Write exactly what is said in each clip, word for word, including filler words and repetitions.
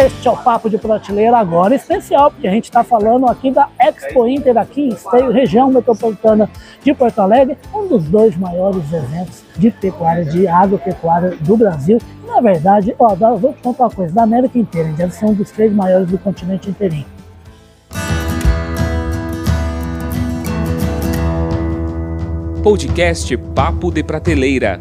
Este é o Papo de Prateleira, agora especial, porque a gente está falando aqui da Expo Inter, aqui em Esteio, região metropolitana de Porto Alegre, um dos dois maiores eventos de pecuária, de agropecuária do Brasil. Na verdade, ó, eu vou te contar uma coisa, da América inteira, deve ser um dos três maiores do continente inteirinho. Podcast Papo de Prateleira.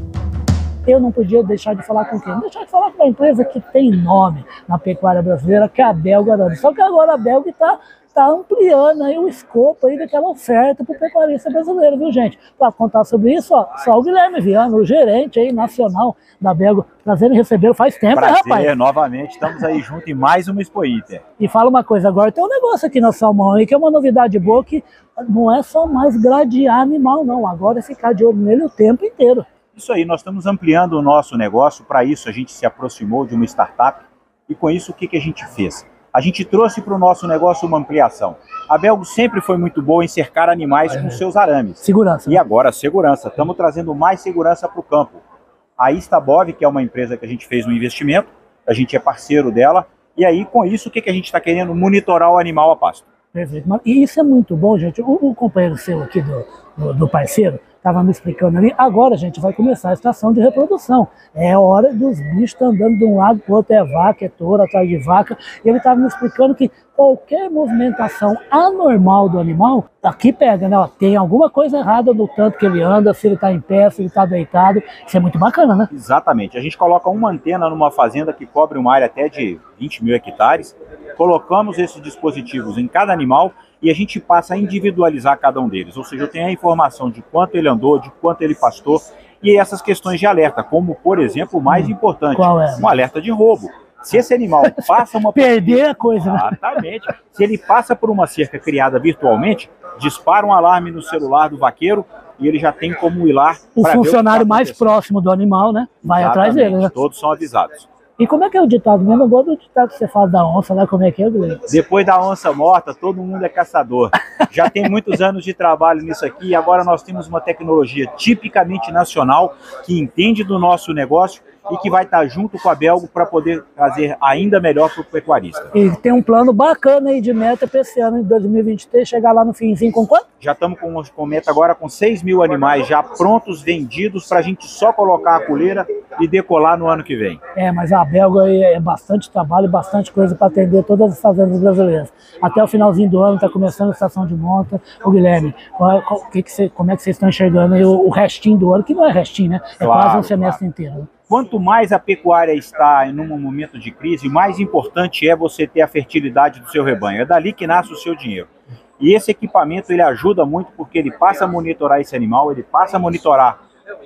Eu não podia deixar de falar com quem? Não deixar de falar com uma empresa que tem nome na pecuária brasileira, que é a Belgo Arames. Só que agora a Belgo está tá ampliando aí o escopo aí daquela oferta para o pecuarista brasileiro, viu, gente? Para contar sobre isso, ó, só o Guilherme Viana, o gerente aí nacional da Belgo, prazer em recebê-lo faz tempo, prazer, né, rapaz? Novamente, estamos aí juntos em mais uma Expo Inter. E fala uma coisa, agora tem um negócio aqui na Salmão aí, que é uma novidade boa, que não é só mais gradear animal, não. Agora é ficar de olho nele o tempo inteiro. Isso aí, nós estamos ampliando o nosso negócio. Para isso a gente se aproximou de uma startup e com isso o que, que a gente fez? A gente trouxe para o nosso negócio uma ampliação. A Belgo sempre foi muito boa em cercar animais é. com seus arames. Segurança. E agora segurança, estamos trazendo mais segurança para o campo. A Istabov, que é uma empresa que a gente fez um investimento, a gente é parceiro dela, e aí com isso o que, que a gente está querendo? Monitorar o animal a pasto. Perfeito, e isso é muito bom, gente. O, o companheiro seu aqui do, do, do parceiro estava me explicando ali, agora, gente, vai começar a estação de reprodução. É hora dos bichos tá andando de um lado para o outro, é vaca, é touro, atrás de vaca. E ele estava me explicando que qualquer movimentação anormal do animal, aqui pega, né? Ó, tem alguma coisa errada do tanto que ele anda, se ele está em pé, se ele está deitado. Isso é muito bacana, né? Exatamente. A gente coloca uma antena numa fazenda que cobre uma área até de vinte mil hectares, colocamos esses dispositivos em cada animal e a gente passa a individualizar cada um deles. Ou seja, eu tenho a informação de quanto ele andou, de quanto ele pastou e essas questões de alerta, como, por exemplo, o mais importante, qual é? Um alerta de roubo. Se esse animal passa uma... Perder a coisa, né? Exatamente. Se ele passa por uma cerca criada virtualmente, dispara um alarme no celular do vaqueiro e ele já tem como ir lá... O funcionário o mais próximo do animal, né? Vai Exatamente. Atrás dele, né? Todos são avisados. E como é que é o ditado mesmo? Eu gosto do ditado que você fala da onça, lá como é que é, Guilherme? Depois da onça morta, todo mundo é caçador. Já tem muitos anos de trabalho nisso aqui e agora nós temos uma tecnologia tipicamente nacional que entende do nosso negócio e que vai estar junto com a Belgo para poder trazer ainda melhor para o pecuarista. E tem um plano bacana aí de meta para esse ano, em dois mil e vinte e três, chegar lá no finzinho com quanto? Já estamos com, com meta agora com seis mil animais já prontos, vendidos, para a gente só colocar a coleira e decolar no ano que vem. É, mas a Belgo aí é bastante trabalho, bastante coisa para atender todas as fazendas brasileiras. Até o finalzinho do ano está começando a estação de monta. Ô Guilherme, qual, qual, que que cê, como é que vocês estão enxergando aí o, o restinho do ano, que não é restinho, né? É claro, quase um semestre claro. inteiro. Né? Quanto mais a pecuária está em um momento de crise, mais importante é você ter a fertilidade do seu rebanho. É dali que nasce o seu dinheiro. E esse equipamento ele ajuda muito porque ele passa a monitorar esse animal, ele passa a monitorar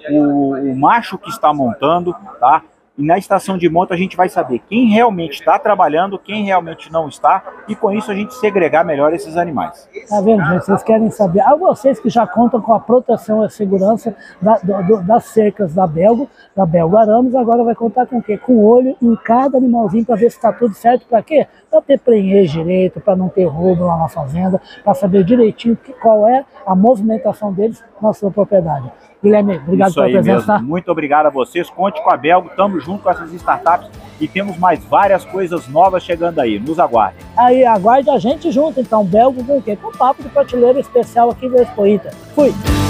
o, o macho que está montando, tá? E na estação de monta a gente vai saber quem realmente está trabalhando, quem realmente não está, e com isso a gente segregar melhor esses animais. Tá vendo, gente? Vocês querem saber? Ah, vocês que já contam com a proteção e a segurança da, do, das cercas da Belgo, da Belgo Arames, agora vai contar com o quê? Com olho em cada animalzinho para ver se está tudo certo. Para quê? Para ter prenhez direito, para não ter roubo lá na fazenda, para saber direitinho que, qual é a movimentação deles na sua propriedade. Guilherme, obrigado Isso pela aí presença. Mesmo. Muito obrigado a vocês. Conte com a Belgo, estamos junto com essas startups e temos mais várias coisas novas chegando aí. Nos aguardem. Aí, aguarde a gente junto, então. Belgo com o quê? Com um papo de prateleira especial aqui da Expo Inter. Fui!